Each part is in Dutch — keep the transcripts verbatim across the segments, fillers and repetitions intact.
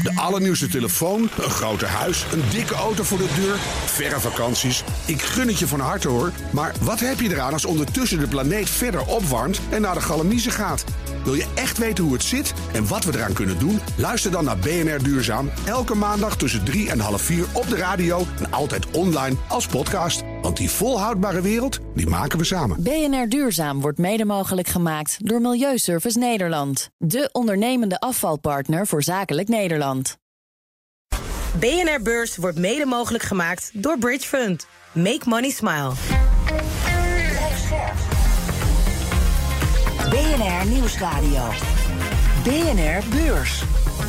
De allernieuwste telefoon, een groter huis, een dikke auto voor de deur, verre vakanties. Ik gun het je van harte hoor. Maar wat heb je eraan als ondertussen de planeet verder opwarmt en naar de galamiezen gaat? Wil je echt weten hoe het zit en wat we eraan kunnen doen? Luister dan naar B N R Duurzaam. Elke maandag tussen drie en half vier op de radio en altijd online als podcast. Want die volhoudbare wereld, die maken we samen. B N R Duurzaam wordt mede mogelijk gemaakt door Milieuservice Nederland. De ondernemende afvalpartner voor zakelijk Nederland. B N R Beurs wordt mede mogelijk gemaakt door Bridge Fund. Make money smile. B N R Nieuwsradio. B N R Beurs.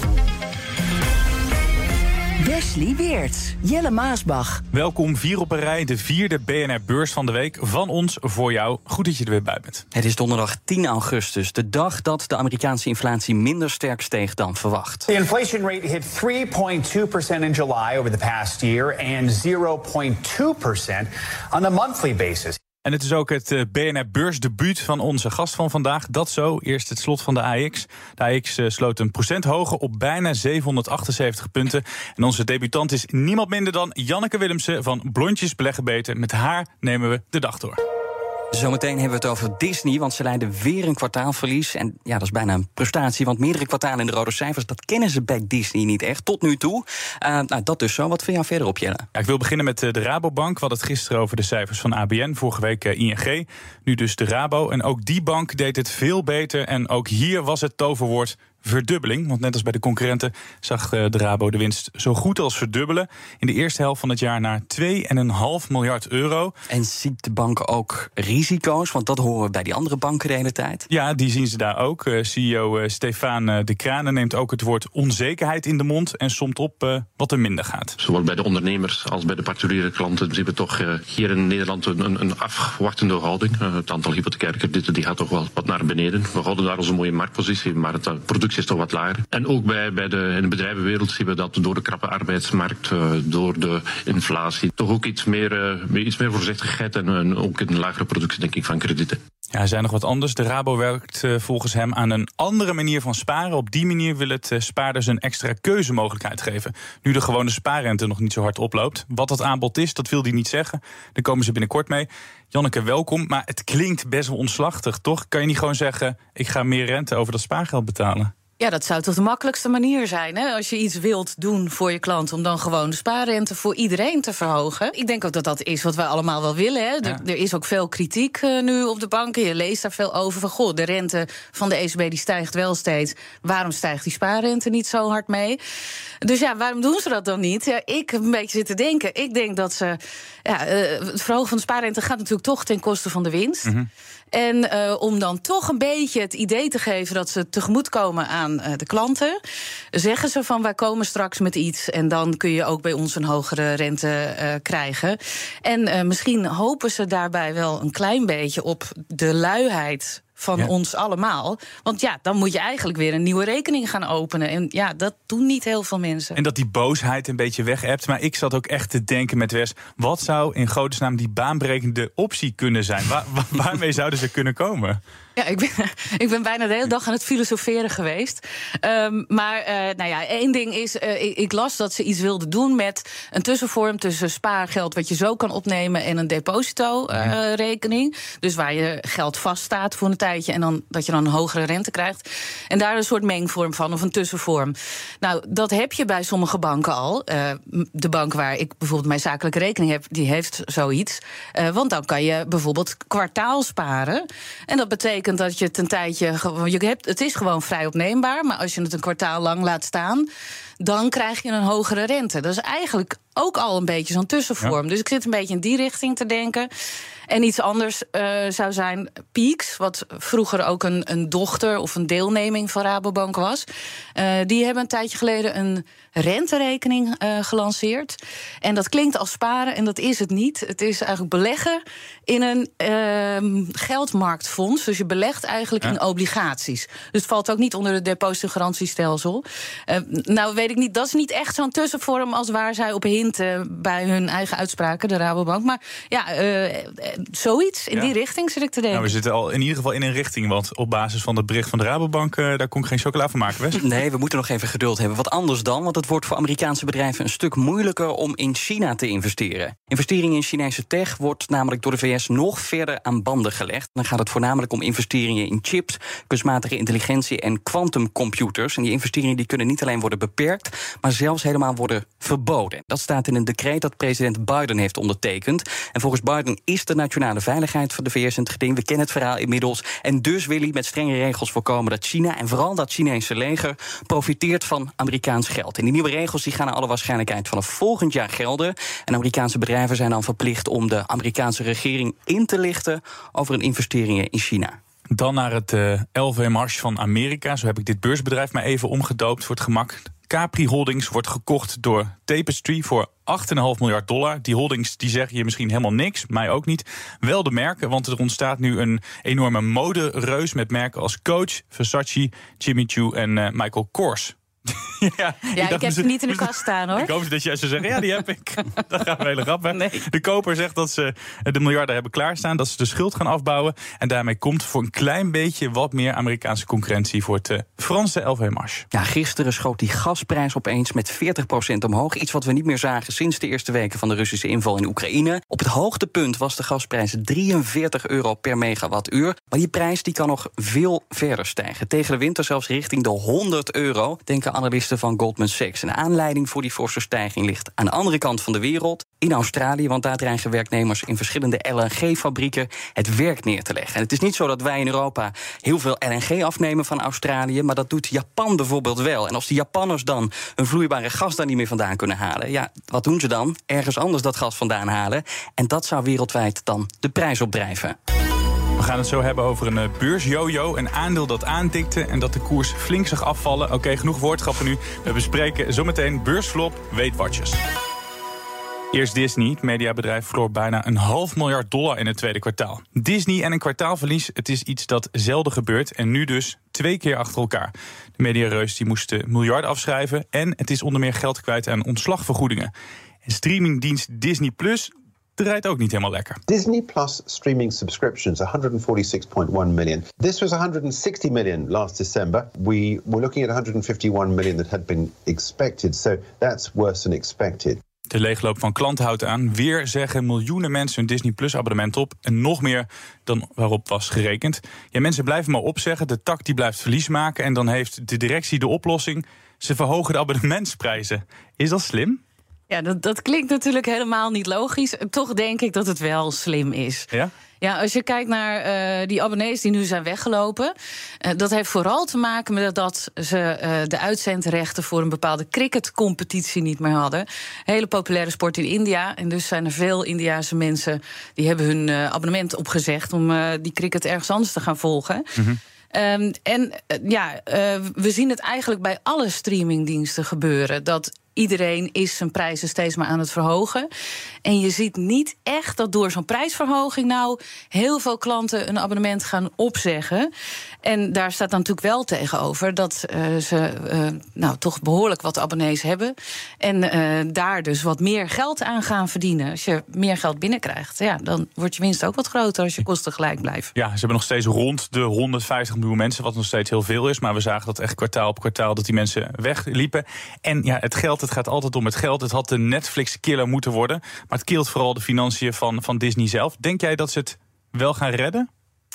Wesley Weerts, Jelle Maasbach. Welkom, vier op een rij, de vierde B N R Beurs van de week. Van ons voor jou. Goed dat je er weer bij bent. Het is donderdag tien augustus, de dag dat de Amerikaanse inflatie minder sterk steeg dan verwacht. The inflation rate hit three point two percent in July over the past year and zero point two percent on a monthly basis. En het is ook het B N R beursdebuut van onze gast van vandaag. Dat zo, eerst het slot van de A X. De A X sloot een procent hoger op bijna zevenhonderdachtenzeventig punten. En onze debutant is niemand minder dan Janneke Willemsen van Blondjes Beleggen Beter. Met haar nemen we de dag door. Zometeen hebben we het over Disney, want ze leiden weer een kwartaalverlies. En ja, dat is bijna een prestatie, want meerdere kwartalen in de rode cijfers, dat kennen ze bij Disney niet echt, tot nu toe. Uh, nou, dat dus zo. Wat vind je verder op, Jelle? Ja, ik wil beginnen met de Rabobank. We hadden het gisteren over de cijfers van A B N, vorige week I N G. Nu dus de Rabo. En ook die bank deed het veel beter. En ook hier was het toverwoord verdubbeling. Want net als bij de concurrenten zag de Rabo de winst zo goed als verdubbelen. In de eerste helft van het jaar naar twee komma vijf miljard euro. En ziet de bank ook risico's? Want dat horen we bij die andere banken de hele tijd. Ja, die zien ze daar ook. C E O Stefaan de Kranen neemt ook het woord onzekerheid in de mond en somt op uh, wat er minder gaat. Zowel bij de ondernemers als bij de particuliere klanten zien we toch uh, hier in Nederland een, een afwachtende houding. Uh, het aantal hypothecaire kredieten die gaat toch wel wat naar beneden. We houden daar onze mooie marktpositie, maar het uh, productie is toch wat lager. En ook bij, bij de, in de bedrijvenwereld zien we dat door de krappe arbeidsmarkt, uh, door de inflatie, toch ook iets meer, uh, iets meer voorzichtigheid en uh, ook een lagere productie, denk ik, van kredieten. Ja, er zijn nog wat anders. De Rabo werkt uh, volgens hem aan een andere manier van sparen. Op die manier wil het uh, spaarders een extra keuzemogelijkheid geven. Nu de gewone spaarrente nog niet zo hard oploopt. Wat dat aanbod is, dat wil hij niet zeggen. Daar komen ze binnenkort mee. Janneke, welkom. Maar het klinkt best wel omslachtig, toch? Kan je niet gewoon zeggen, ik ga meer rente over dat spaargeld betalen? Ja, dat zou toch de makkelijkste manier zijn, hè? Als je iets wilt doen voor je klant, om dan gewoon de spaarrente voor iedereen te verhogen. Ik denk ook dat dat is wat wij allemaal wel willen, hè? Ja. Er, er is ook veel kritiek uh, nu op de banken. Je leest daar veel over van, goh, de rente van de E C B die stijgt wel steeds. Waarom stijgt die spaarrente niet zo hard mee? Dus ja, waarom doen ze dat dan niet? Ja, ik heb een beetje zitten denken. Ik denk dat ze, ja, uh, het verhogen van de spaarrente gaat natuurlijk toch ten koste van de winst. Mm-hmm. En uh, om dan toch een beetje het idee te geven dat ze tegemoetkomen aan uh, de klanten, zeggen ze van, wij komen straks met iets en dan kun je ook bij ons een hogere rente uh, krijgen. En uh, misschien hopen ze daarbij wel een klein beetje op de luiheid van ja. ons allemaal. Want ja, dan moet je eigenlijk weer een nieuwe rekening gaan openen. En ja, dat doen niet heel veel mensen. En dat die boosheid een beetje weg-ebt. Maar ik zat ook echt te denken met Wes, wat zou in godesnaam die baanbrekende optie kunnen zijn? Waar, waar, waarmee zouden ze kunnen komen? Ja, ik ben, ik ben bijna de hele dag aan het filosoferen geweest. Um, maar uh, nou ja, één ding is, uh, ik, ik las dat ze iets wilden doen met een tussenvorm tussen spaargeld wat je zo kan opnemen en een deposito-rekening. Uh, dus waar je geld vaststaat voor een tijdje en dan dat je dan een hogere rente krijgt. En daar een soort mengvorm van, of een tussenvorm. Nou, dat heb je bij sommige banken al. Uh, de bank waar ik bijvoorbeeld mijn zakelijke rekening heb, die heeft zoiets. Uh, want dan kan je bijvoorbeeld kwartaal sparen. En dat betekent dat je het een tijdje, je hebt, het is gewoon vrij opneembaar, maar als je het een kwartaal lang laat staan, dan krijg je een hogere rente. Dat is eigenlijk ook al een beetje zo'n tussenvorm. Ja. Dus ik zit een beetje in die richting te denken. En iets anders uh, zou zijn Peaks, wat vroeger ook een, een dochter of een deelneming van Rabobank was. Uh, die hebben een tijdje geleden een renterekening uh, gelanceerd. En dat klinkt als sparen en dat is het niet. Het is eigenlijk beleggen in een uh, geldmarktfonds. Dus je belegt eigenlijk ja. in obligaties. Dus het valt ook niet onder het depositogarantiestelsel. Uh, nou weet weet ik niet. Dat is niet echt zo'n tussenvorm als waar zij op hinten bij hun eigen uitspraken, de Rabobank. Maar ja, uh, zoiets in ja. die richting zit ik te denken. Nou, we zitten al in ieder geval in een richting, want op basis van het bericht van de Rabobank, uh, daar kon ik geen chocola van maken, Wes. Nee, we moeten nog even geduld hebben. Wat anders dan, want het wordt voor Amerikaanse bedrijven een stuk moeilijker om in China te investeren. Investeringen in Chinese tech wordt namelijk door de V S nog verder aan banden gelegd. Dan gaat het voornamelijk om investeringen in chips, kunstmatige intelligentie en quantumcomputers. En die investeringen die kunnen niet alleen worden beperkt, maar zelfs helemaal worden verboden. Dat staat in een decreet dat president Biden heeft ondertekend. En volgens Biden is de nationale veiligheid van de V S in het geding. We kennen het verhaal inmiddels. En dus wil hij met strenge regels voorkomen dat China en vooral dat Chinese leger profiteert van Amerikaans geld. En die nieuwe regels die gaan naar alle waarschijnlijkheid vanaf volgend jaar gelden. En Amerikaanse bedrijven zijn dan verplicht om de Amerikaanse regering in te lichten over hun investeringen in China. Dan naar het uh, L V Mars van Amerika. Zo heb ik dit beursbedrijf maar even omgedoopt voor het gemak. Capri Holdings wordt gekocht door Tapestry voor acht komma vijf miljard dollar. Die holdings die zeggen je misschien helemaal niks, mij ook niet. Wel de merken, want er ontstaat nu een enorme modereus met merken als Coach, Versace, Jimmy Choo en uh, Michael Kors. ja, ja, ik, ik heb ze niet in de kast staan, hoor. Ik hoop dat jij zou zeggen, ja, die heb ik. Dat gaat een hele grap, hè? Nee. De koper zegt dat ze de miljarden hebben klaarstaan, dat ze de schuld gaan afbouwen. En daarmee komt voor een klein beetje wat meer Amerikaanse concurrentie voor het uh, Franse L V Mars. Ja, gisteren schoot die gasprijs opeens met veertig procent omhoog. Iets wat we niet meer zagen sinds de eerste weken van de Russische inval in Oekraïne. Op het hoogtepunt was de gasprijs drieënveertig euro per megawattuur. Maar die prijs die kan nog veel verder stijgen. Tegen de winter zelfs richting de honderd euro, denken analisten van Goldman Sachs. En de aanleiding voor die forse stijging ligt aan de andere kant van de wereld, in Australië, want daar dreigen werknemers in verschillende L N G-fabrieken het werk neer te leggen. En het is niet zo dat wij in Europa heel veel L N G afnemen van Australië, maar dat doet Japan bijvoorbeeld wel. En als die Japanners dan hun vloeibare gas daar niet meer vandaan kunnen halen, ja, wat doen ze dan? Ergens anders dat gas vandaan halen. En dat zou wereldwijd dan de prijs opdrijven. We gaan het zo hebben over een beursjojo, een aandeel dat aandikte en dat de koers flink zag afvallen. Oké, okay, genoeg woordschappen nu. We bespreken zometeen beursflop, Weight Watchers. Eerst Disney. Het mediabedrijf verloor bijna een half miljard dollar in het tweede kwartaal. Disney en een kwartaalverlies, het is iets dat zelden gebeurt en nu dus twee keer achter elkaar. De mediareus die moest miljarden afschrijven en het is onder meer geld kwijt aan ontslagvergoedingen. En streamingdienst Disney Plus draait ook niet helemaal lekker. Disney Plus streaming subscriptions, one hundred forty-six point one million. This was one hundred sixty million last December. We were looking at one hundred fifty-one million that had been expected. So that's worse than expected. De leegloop van klanten houdt aan. Weer zeggen miljoenen mensen hun Disney Plus abonnement op. En nog meer dan waarop was gerekend. Ja, mensen blijven maar opzeggen. De tak die blijft verlies maken. En dan heeft de directie de oplossing. Ze verhogen de abonnementsprijzen. Is dat slim? Ja, dat, dat klinkt natuurlijk helemaal niet logisch. Toch denk ik dat het wel slim is. Ja? Ja, als je kijkt naar uh, die abonnees die nu zijn weggelopen, Uh, dat heeft vooral te maken met dat ze uh, de uitzendrechten voor een bepaalde cricketcompetitie niet meer hadden. Hele populaire sport in India. En dus zijn er veel Indiase mensen die hebben hun uh, abonnement opgezegd om uh, die cricket ergens anders te gaan volgen. Mm-hmm. Um, en uh, ja, uh, we zien het eigenlijk bij alle streamingdiensten gebeuren. Dat iedereen is zijn prijzen steeds maar aan het verhogen. En je ziet niet echt dat door zo'n prijsverhoging nou heel veel klanten een abonnement gaan opzeggen. En daar staat dan natuurlijk wel tegenover dat uh, ze uh, nou toch behoorlijk wat abonnees hebben. En uh, daar dus wat meer geld aan gaan verdienen. Als je meer geld binnenkrijgt, ja, dan wordt je winst ook wat groter als je kosten gelijk blijven. Ja, ze hebben nog steeds rond de honderdvijftig miljoen mensen, wat nog steeds heel veel is. Maar we zagen dat echt kwartaal op kwartaal dat die mensen wegliepen. En ja, het geld, het gaat altijd om het geld. Het had de Netflix-killer moeten worden. Maar het keelt vooral de financiën van, van Disney zelf. Denk jij dat ze het wel gaan redden?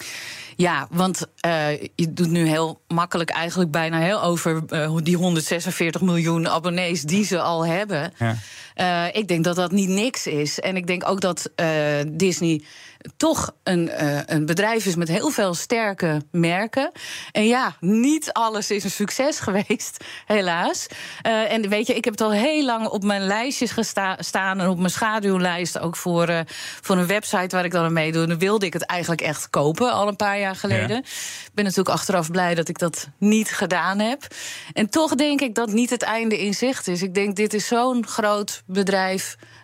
Ja, want uh, je doet nu heel makkelijk eigenlijk bijna heel over uh, die honderdzesenveertig miljoen abonnees die ze al hebben. Ja. Uh, ik denk dat dat niet niks is. En ik denk ook dat uh, Disney toch een, uh, een bedrijf is met heel veel sterke merken. En ja, niet alles is een succes geweest, helaas. Uh, en weet je, ik heb het al heel lang op mijn lijstjes gesta- staan en op mijn schaduwlijst ook voor, uh, voor een website waar ik dan aan meedoe. Dan wilde ik het eigenlijk echt kopen, al een paar jaar geleden. Ja. Ik ben natuurlijk achteraf blij dat ik dat niet gedaan heb. En toch denk ik dat niet het einde in zicht is. Ik denk, dit is zo'n groot bedrijf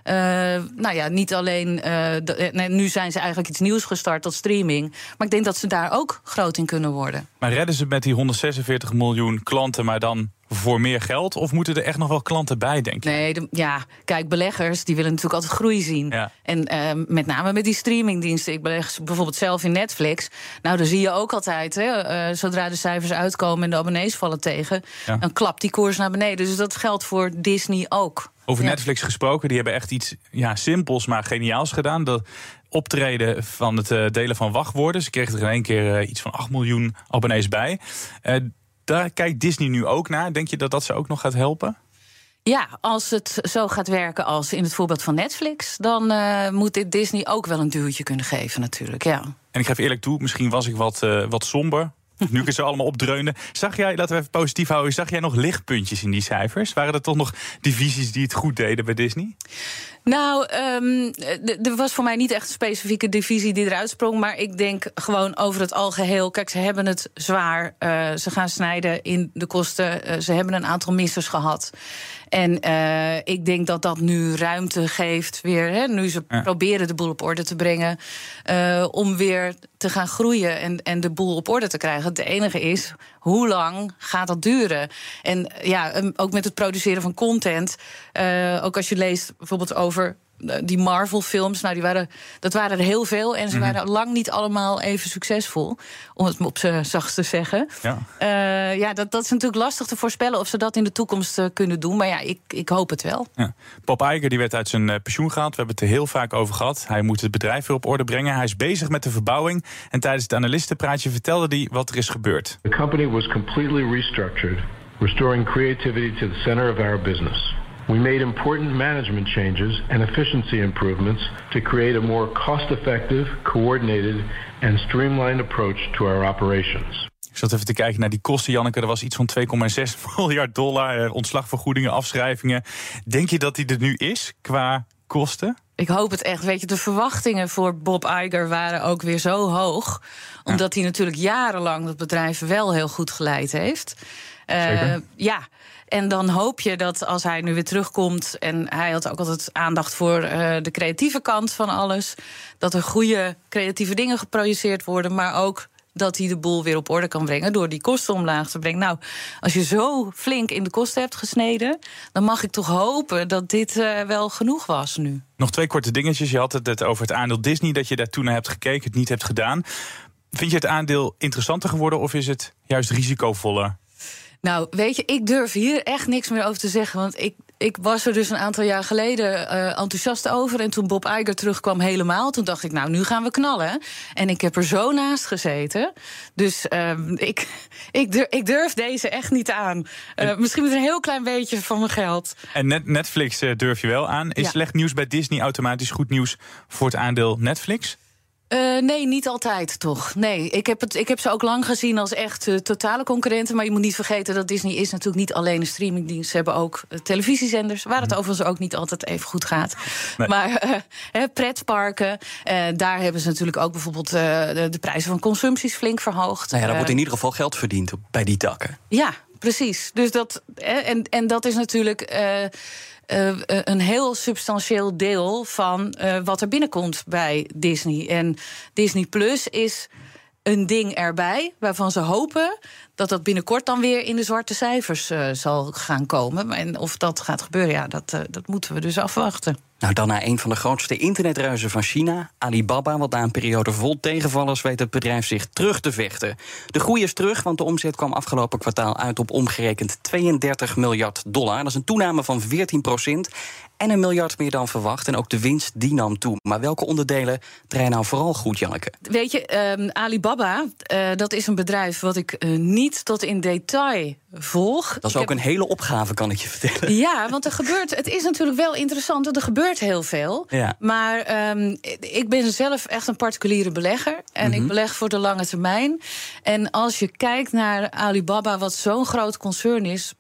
Uh, nou ja, niet alleen... Uh, de, nee, nu zijn ze eigenlijk iets nieuws gestart tot streaming. Maar ik denk dat ze daar ook groot in kunnen worden. Maar redden ze met die honderdzesenveertig miljoen klanten, maar dan voor meer geld? Of moeten er echt nog wel klanten bij, denk je? Nee, de, ja, kijk, beleggers die willen natuurlijk altijd groei zien. Ja. En uh, met name met die streamingdiensten. Ik beleg bijvoorbeeld zelf in Netflix. Nou, dan zie je ook altijd, hè, uh, zodra de cijfers uitkomen en de abonnees vallen tegen, ja. dan klapt die koers naar beneden. Dus dat geldt voor Disney ook. Over ja. Netflix gesproken, die hebben echt iets ja, simpels, maar geniaals gedaan. Dat optreden van het uh, delen van wachtwoorden. Ze kregen er in één keer uh, iets van acht miljoen abonnees bij. Uh, Daar kijkt Disney nu ook naar. Denk je dat dat ze ook nog gaat helpen? Ja, als het zo gaat werken als in het voorbeeld van Netflix, dan uh, moet dit Disney ook wel een duwtje kunnen geven natuurlijk, ja. En ik geef eerlijk toe, misschien was ik wat, uh, wat somber. Nu kun je ze allemaal opdreunen. Zag jij, laten we even positief houden, zag jij nog lichtpuntjes in die cijfers? Waren er toch nog divisies die het goed deden bij Disney? Nou, um, er was voor mij niet echt een specifieke divisie die eruit sprong. Maar ik denk gewoon over het algeheel. Kijk, ze hebben het zwaar. Uh, ze gaan snijden in de kosten. Uh, ze hebben een aantal missers gehad. En uh, ik denk dat dat nu ruimte geeft weer. Hè, nu ze ja. proberen de boel op orde te brengen. Uh, om weer te gaan groeien en, en de boel op orde te krijgen. Het enige is, hoe lang gaat dat duren? En ja, ook met het produceren van content. Uh, ook als je leest bijvoorbeeld over die Marvel-films, nou, die waren, dat waren er heel veel. En ze waren mm-hmm. lang niet allemaal even succesvol, om het op z'n zachtst te zeggen. Ja, uh, ja dat, dat is natuurlijk lastig te voorspellen of ze dat in de toekomst uh, kunnen doen. Maar ja, ik, ik hoop het wel. Ja. Bob Iger die werd uit zijn uh, pensioen gehaald. We hebben het er heel vaak over gehad. Hij moet het bedrijf weer op orde brengen. Hij is bezig met de verbouwing. En tijdens het analistenpraatje vertelde hij wat er is gebeurd. The company was completely restructured, restoring creativity to the center of our business. We made important management changes and efficiency improvements to create a more cost-effective, coordinated and streamlined approach to our operations. Ik zat even te kijken naar die kosten, Janneke. Er was iets van twee komma zes miljard dollar, ontslagvergoedingen, afschrijvingen. Denk je dat die er nu is qua kosten? Ik hoop het echt. Weet je, de verwachtingen voor Bob Iger waren ook weer zo hoog. Omdat ja. hij natuurlijk jarenlang het bedrijf wel heel goed geleid heeft. Uh, ja. En dan hoop je dat als hij nu weer terugkomt, en hij had ook altijd aandacht voor uh, de creatieve kant van alles, dat er goede creatieve dingen geproduceerd worden, maar ook dat hij de boel weer op orde kan brengen door die kosten omlaag te brengen. Nou, als je zo flink in de kosten hebt gesneden, dan mag ik toch hopen dat dit uh, wel genoeg was nu. Nog twee korte dingetjes. Je had het over het aandeel Disney, dat je daar toen naar hebt gekeken, het niet hebt gedaan. Vind je het aandeel interessanter geworden of is het juist risicovoller? Nou, weet je, ik durf hier echt niks meer over te zeggen. Want ik, ik was er dus een aantal jaar geleden uh, enthousiast over. En toen Bob Iger terugkwam helemaal, toen dacht ik, nou, nu gaan we knallen. En ik heb er zo naast gezeten. Dus uh, ik, ik, durf, ik durf deze echt niet aan. Uh, misschien met een heel klein beetje van mijn geld. En net, Netflix uh, durf je wel aan. Is ja. slecht nieuws bij Disney automatisch goed nieuws voor het aandeel Netflix? Uh, nee, niet altijd, toch. Nee, ik heb, het, ik heb ze ook lang gezien als echt uh, totale concurrenten. Maar je moet niet vergeten dat Disney is natuurlijk niet alleen een streamingdienst. Ze hebben ook uh, televisiezenders, waar het overigens ook niet altijd even goed gaat. Nee. Maar uh, pretparken, uh, daar hebben ze natuurlijk ook bijvoorbeeld uh, de, de prijzen van consumpties flink verhoogd. Nou ja, daar uh, wordt in ieder geval geld verdiend bij die takken. Ja, precies. Dus dat, uh, en, en dat is natuurlijk Uh, Uh, een heel substantieel deel van uh, wat er binnenkomt bij Disney. En Disney Plus is een ding erbij waarvan ze hopen dat dat binnenkort dan weer in de zwarte cijfers uh, zal gaan komen. En of dat gaat gebeuren, ja, dat, uh, dat moeten we dus afwachten. Nou, dan naar een van de grootste internetreuzen van China, Alibaba. Want na een periode vol tegenvallers weet het bedrijf zich terug te vechten. De groei is terug, want de omzet kwam afgelopen kwartaal uit op omgerekend tweeëndertig miljard dollar. Dat is een toename van veertien procent en een miljard meer dan verwacht. En ook de winst die nam toe. Maar welke onderdelen draaien nou vooral goed, Janneke? Weet je, um, Alibaba, uh, dat is een bedrijf wat ik uh, niet tot in detail volg. Dat is ook heb... een hele opgave, kan ik je vertellen. Ja, want er gebeurt, het is natuurlijk wel interessant, want er gebeurt heel veel. Ja. Maar um, ik ben zelf echt een particuliere belegger. En mm-hmm. ik beleg voor de lange termijn. En als je kijkt naar Alibaba, wat zo'n groot concern is,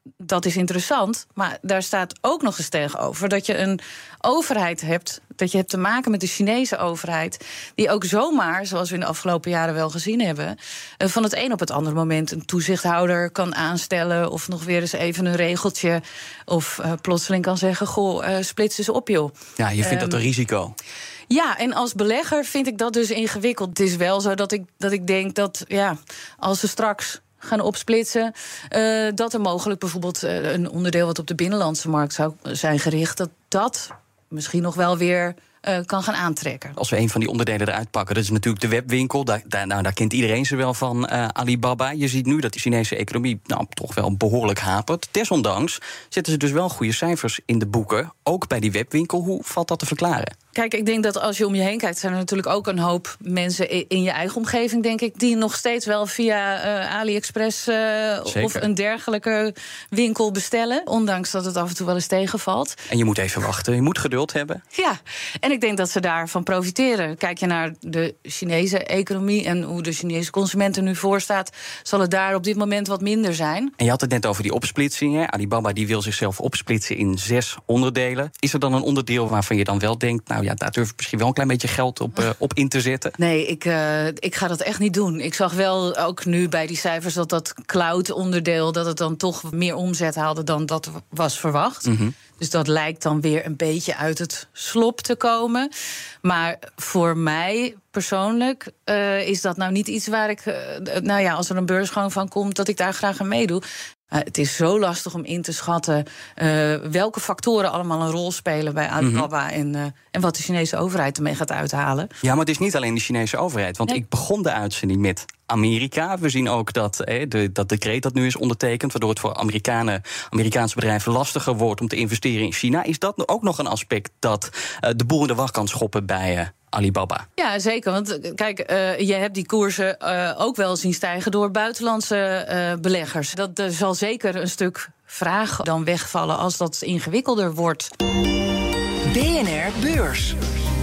dat is interessant, maar daar staat ook nog eens tegenover dat je een overheid hebt, dat je hebt te maken met de Chinese overheid, die ook zomaar, zoals we in de afgelopen jaren wel gezien hebben, van het een op het andere moment een toezichthouder kan aanstellen of nog weer eens even een regeltje of uh, plotseling kan zeggen, goh, uh, splits eens op, joh. Ja, je vindt um, dat een risico. Ja, en als belegger vind ik dat dus ingewikkeld. Het is wel zo dat ik, dat ik denk dat, ja, als ze straks gaan opsplitsen, uh, dat er mogelijk bijvoorbeeld uh, een onderdeel wat op de binnenlandse markt zou zijn gericht, dat dat misschien nog wel weer uh, kan gaan aantrekken. Als we een van die onderdelen eruit pakken, dat is natuurlijk de webwinkel. Daar, daar, nou, daar kent iedereen ze wel van, uh, Alibaba. Je ziet nu dat de Chinese economie nou, toch wel behoorlijk hapert. Desondanks zetten ze dus wel goede cijfers in de boeken, ook bij die webwinkel. Hoe valt dat te verklaren? Kijk, ik denk dat als je om je heen kijkt, zijn er natuurlijk ook een hoop mensen in je eigen omgeving, denk ik, die nog steeds wel via uh, AliExpress uh, of een dergelijke winkel bestellen. Ondanks dat het af en toe wel eens tegenvalt. En je moet even wachten, je moet geduld hebben. Ja, en ik denk dat ze daarvan profiteren. Kijk je naar de Chinese economie en hoe de Chinese consument er nu voor staat, zal het daar op dit moment wat minder zijn. En je had het net over die opsplitsing. Hè? Alibaba die wil zichzelf opsplitsen in zes onderdelen. Is er dan een onderdeel waarvan je dan wel denkt, nou ja, daar durf ik misschien wel een klein beetje geld op, uh, op in te zetten? Nee, ik, uh, ik ga dat echt niet doen. Ik zag wel ook nu bij die cijfers dat dat cloud-onderdeel, dat het dan toch meer omzet haalde dan dat was verwacht. Mm-hmm. Dus dat lijkt dan weer een beetje uit het slop te komen. Maar voor mij persoonlijk uh, is dat nou niet iets waar ik, uh, nou ja, als er een beursgang van komt, dat ik daar graag aan meedoe. Uh, het is zo lastig om in te schatten uh, welke factoren allemaal een rol spelen bij Alibaba, mm-hmm. en, uh, en wat de Chinese overheid ermee gaat uithalen. Ja, maar het is niet alleen de Chinese overheid. Want nee. ik begon de uitzending met Amerika. We zien ook dat eh, de, dat decreet dat nu is ondertekend, waardoor het voor Amerikanen, Amerikaanse bedrijven lastiger wordt om te investeren in China. Is dat ook nog een aspect dat uh, de boel in de wacht kan schoppen bij uh, Alibaba? Ja, zeker. Want kijk, uh, je hebt die koersen uh, ook wel zien stijgen door buitenlandse uh, beleggers. Dat er zal zeker een stuk vraag dan wegvallen als dat ingewikkelder wordt. B N R Beurs.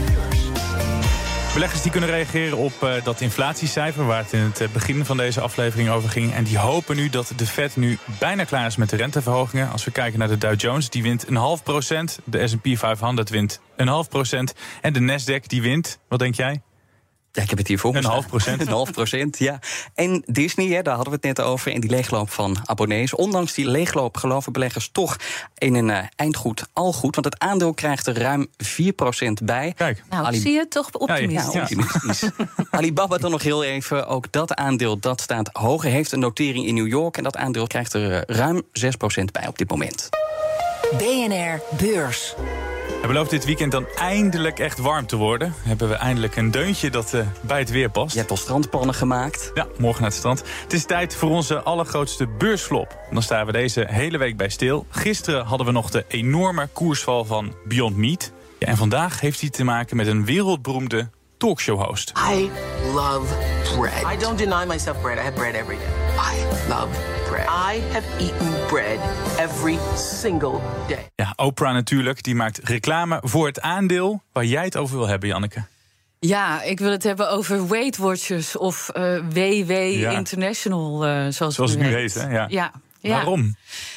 Beleggers die kunnen reageren op uh, dat inflatiecijfer waar het in het uh, begin van deze aflevering over ging. En die hopen nu dat de Fed nu bijna klaar is met de renteverhogingen. Als we kijken naar de Dow Jones, die wint een half procent. De S en P vijfhonderd wint een half procent. En de Nasdaq die wint, wat denk jij? Ja, ik heb het hier voor me. Een half procent. Een half procent, ja. En Disney, hè, daar hadden we het net over. En die leegloop van abonnees. Ondanks die leegloop geloven beleggers toch in een uh, eindgoed al goed. Want het aandeel krijgt er ruim vier procent bij. Kijk. Nou, Ali- zie je toch optimistisch. Ja, optimistisch. Alibaba dan nog heel even. Ook dat aandeel, dat staat hoger. Heeft een notering in New York. En dat aandeel krijgt er uh, ruim zes procent bij op dit moment. B N R Beurs. Het belooft dit weekend dan eindelijk echt warm te worden. Hebben we eindelijk een deuntje dat uh, bij het weer past. Je hebt al strandplannen gemaakt. Ja, morgen naar het strand. Het is tijd voor onze allergrootste beursflop. Dan staan we deze hele week bij stil. Gisteren hadden we nog de enorme koersval van Beyond Meat. Ja, en vandaag heeft hij te maken met een wereldberoemde talkshow-host. I love bread. I don't deny myself bread. I have bread every day. I love bread. I have eaten bread every single day. Ja, Oprah natuurlijk, die maakt reclame voor het aandeel waar jij het over wil hebben, Janneke. Ja, ik wil het hebben over Weight Watchers of uh, W W ja. International, uh, zoals, zoals het nu heet. Hè? Ja. Ja, ja. Waarom?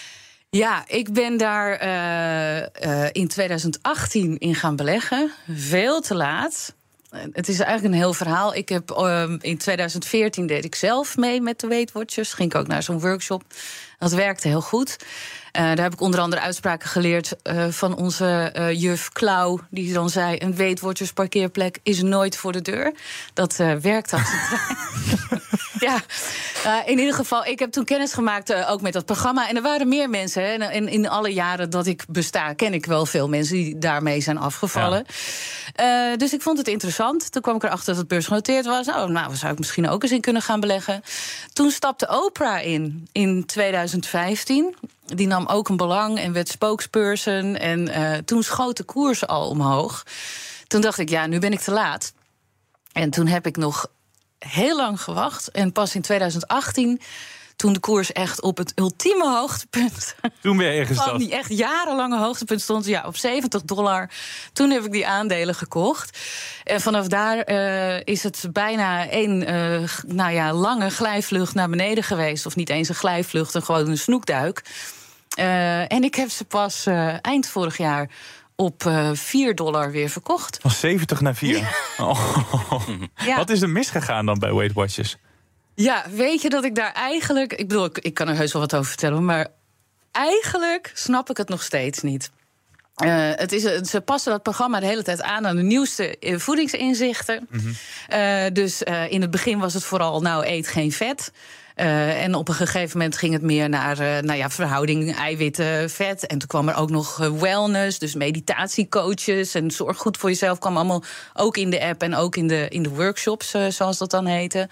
Ja, ik ben daar uh, uh, in twintig achttien in gaan beleggen. Veel te laat. Het is eigenlijk een heel verhaal. Ik heb uh, in twintig veertien deed ik zelf mee met de Weight Watchers. Ging ik ook naar zo'n workshop. Dat werkte heel goed. Uh, daar heb ik onder andere uitspraken geleerd uh, van onze uh, juf Klauw. Die dan zei, een Weight Watchers parkeerplek is nooit voor de deur. Dat uh, werkt als het Ja, uh, in ieder geval, ik heb toen kennis gemaakt uh, ook met dat programma. En er waren meer mensen. Hè. En in, in alle jaren dat ik besta, ken ik wel veel mensen die daarmee zijn afgevallen. Ja. Uh, dus ik vond het interessant. Toen kwam ik erachter dat het beursgenoteerd was. Oh, nou, zou ik misschien ook eens in kunnen gaan beleggen. Toen stapte Oprah in, in twintig vijftien. Die nam ook een belang en werd spokesperson. En uh, toen schoot de koers al omhoog. Toen dacht ik, ja, nu ben ik te laat. En toen heb ik nog heel lang gewacht. En pas in twintig achttien, toen de koers echt op het ultieme hoogtepunt... Toen ben je ingestapt. Van die echt jarenlange hoogtepunt stond, ja, op zeventig dollar. Toen heb ik die aandelen gekocht. En vanaf daar uh, is het bijna één uh, nou ja, lange glijvlucht naar beneden geweest. Of niet eens een glijvlucht, een gewoon een snoekduik. Uh, en ik heb ze pas uh, eind vorig jaar op uh, vier dollar weer verkocht. Van zeventig naar vier. Ja. Oh. Ja. Wat is er misgegaan dan bij Weight Watchers? Ja, weet je dat ik daar eigenlijk... Ik bedoel, ik, ik kan er heus wel wat over vertellen, maar eigenlijk snap ik het nog steeds niet. Uh, het is, ze passen dat programma de hele tijd aan aan de nieuwste voedingsinzichten. Mm-hmm. Uh, dus uh, in het begin was het vooral, nou, eet geen vet. Uh, en op een gegeven moment ging het meer naar uh, nou ja, verhouding eiwitten, vet. En toen kwam er ook nog uh, wellness, dus meditatiecoaches en zorg goed voor jezelf kwam allemaal ook in de app en ook in de, in de workshops, uh, zoals dat dan heette.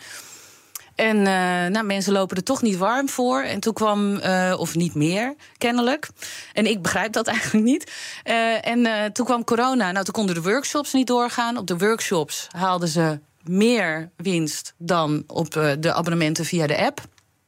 En uh, nou, mensen lopen er toch niet warm voor. En toen kwam, uh, of niet meer, kennelijk. En ik begrijp dat eigenlijk niet. Uh, en uh, toen kwam corona. Nou, toen konden de workshops niet doorgaan. Op de workshops haalden ze meer winst dan op uh, de abonnementen via de app.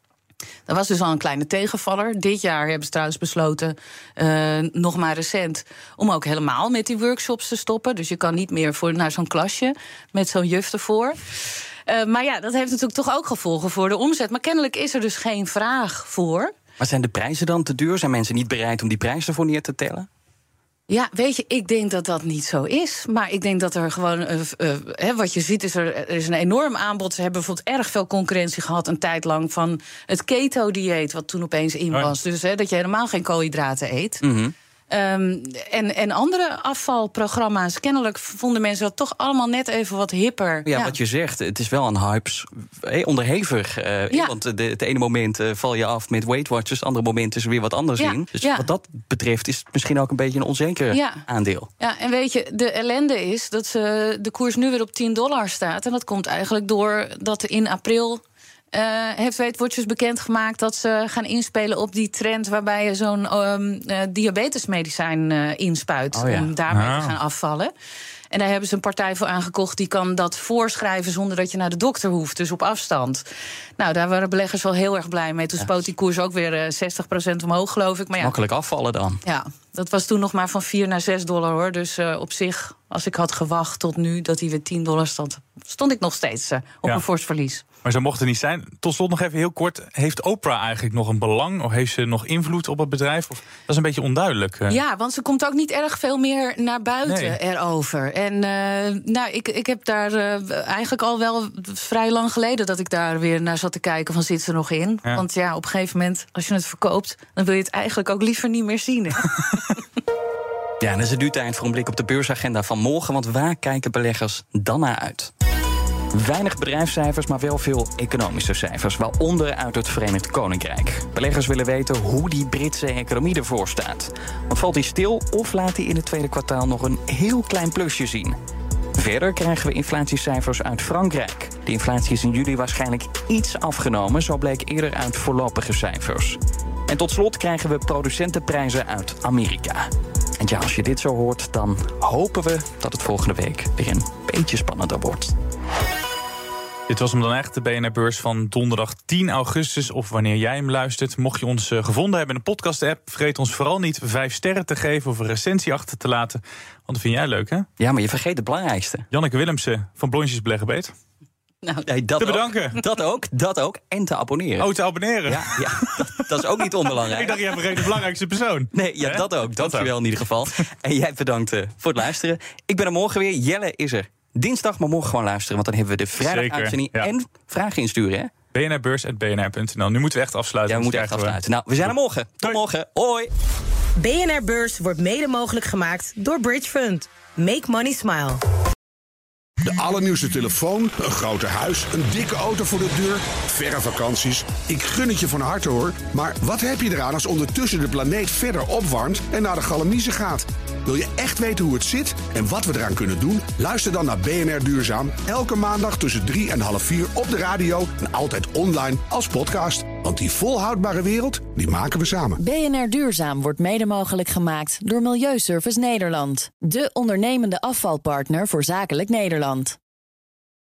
Dat was dus al een kleine tegenvaller. Dit jaar hebben ze trouwens besloten, uh, nog maar recent, om ook helemaal met die workshops te stoppen. Dus je kan niet meer voor naar zo'n klasje met zo'n juf ervoor. Uh, maar ja, dat heeft natuurlijk toch ook gevolgen voor de omzet. Maar kennelijk is er dus geen vraag voor. Maar zijn de prijzen dan te duur? Zijn mensen niet bereid om die prijs ervoor neer te tellen? Ja, weet je, ik denk dat dat niet zo is. Maar ik denk dat er gewoon, uh, uh, hè, wat je ziet, is er, er is een enorm aanbod. Ze hebben bijvoorbeeld erg veel concurrentie gehad een tijd lang van het keto-dieet, wat toen opeens in was. Dus hè, dat je helemaal geen koolhydraten eet. Mm-hmm. Um, en, en andere afvalprogramma's, kennelijk vonden mensen dat toch allemaal net even wat hipper. Ja, ja. Wat je zegt, het is wel een hypes eh, onderhevig. Uh, ja. Want de, het ene moment uh, val je af met Weight Watchers, het andere moment is er weer wat anders ja. in. Dus ja. wat dat betreft is het misschien ook een beetje een onzeker ja. aandeel. Ja, en weet je, de ellende is dat ze, de koers nu weer op tien dollar staat. En dat komt eigenlijk door dat er in april Uh, heeft Weight Watchers bekendgemaakt dat ze gaan inspelen op die trend waarbij je zo'n um, uh, diabetesmedicijn uh, inspuit oh ja. om daarmee ah. te gaan afvallen. En daar hebben ze een partij voor aangekocht die kan dat voorschrijven zonder dat je naar de dokter hoeft, dus op afstand. Nou, daar waren beleggers wel heel erg blij mee. Toen ja. spoot die koers ook weer uh, zestig procent omhoog, geloof ik. Maar ja, makkelijk afvallen dan. Ja, dat was toen nog maar van vier naar zes dollar, hoor. Dus uh, op zich, als ik had gewacht tot nu dat hij weer tien dollar stond, stond ik nog steeds uh, op ja. een fors verlies. Maar zo mocht het niet zijn. Tot slot nog even heel kort. Heeft Oprah eigenlijk nog een belang? Of heeft ze nog invloed op het bedrijf? Of, dat is een beetje onduidelijk. Ja, want ze komt ook niet erg veel meer naar buiten nee. erover. En uh, nou, ik, ik heb daar uh, eigenlijk al wel vrij lang geleden dat ik daar weer naar zat te kijken van zit ze nog in? Ja. Want ja, op een gegeven moment, als je het verkoopt, dan wil je het eigenlijk ook liever niet meer zien. Hè? Ja, en dan is het nu tijd voor een blik op de beursagenda van morgen. Want waar kijken beleggers dan naar uit? Weinig bedrijfscijfers, maar wel veel economische cijfers, waaronder uit het Verenigd Koninkrijk. Beleggers willen weten hoe die Britse economie ervoor staat. Want valt die stil of laat die in het tweede kwartaal nog een heel klein plusje zien? Verder krijgen we inflatiecijfers uit Frankrijk. De inflatie is in juli waarschijnlijk iets afgenomen, zo bleek eerder uit voorlopige cijfers. En tot slot krijgen we producentenprijzen uit Amerika. En ja, als je dit zo hoort, dan hopen we dat het volgende week weer een beetje spannender wordt. Dit was hem dan echt, de B N R-beurs van donderdag tien augustus. Of wanneer jij hem luistert. Mocht je ons uh, gevonden hebben in de podcast-app, vergeet ons vooral niet vijf sterren te geven of een recensie achter te laten. Want dat vind jij leuk, hè? Ja, maar je vergeet het belangrijkste. Janneke Willemsen van Blondjes Beleggen Beet. Nou, nee, dat te bedanken. Ook, dat ook, dat ook. En te abonneren. Oh, te abonneren? Ja, ja dat, dat is ook niet onbelangrijk. Ik dacht, jij vergeet de belangrijkste persoon. Nee, ja, dat ook. Dankjewel in ieder geval. En jij bedankt uh, voor het luisteren. Ik ben er morgen weer. Jelle is er dinsdag, maar morgen gewoon luisteren. Want dan hebben we de vrijdag-uitzending ja. en vragen insturen, hè? b n r beurs apenstaartje b n r punt n l. Nu moeten we echt afsluiten. Ja, we moeten echt afsluiten. Nou, we zijn er morgen. Tot Doei. morgen. Hoi. B N R Beurs wordt mede mogelijk gemaakt door Bridge Fund. Make money smile. De allernieuwste telefoon, een groter huis, een dikke auto voor de deur, verre vakanties. Ik gun het je van harte, hoor. Maar wat heb je eraan als ondertussen de planeet verder opwarmt en naar de galamiezen gaat? Wil je echt weten hoe het zit en wat we eraan kunnen doen? Luister dan naar B N R Duurzaam. Elke maandag tussen drie en half vier op de radio en altijd online als podcast. Want die volhoudbare wereld, die maken we samen. B N R Duurzaam wordt mede mogelijk gemaakt door Milieuservice Nederland. De ondernemende afvalpartner voor zakelijk Nederland.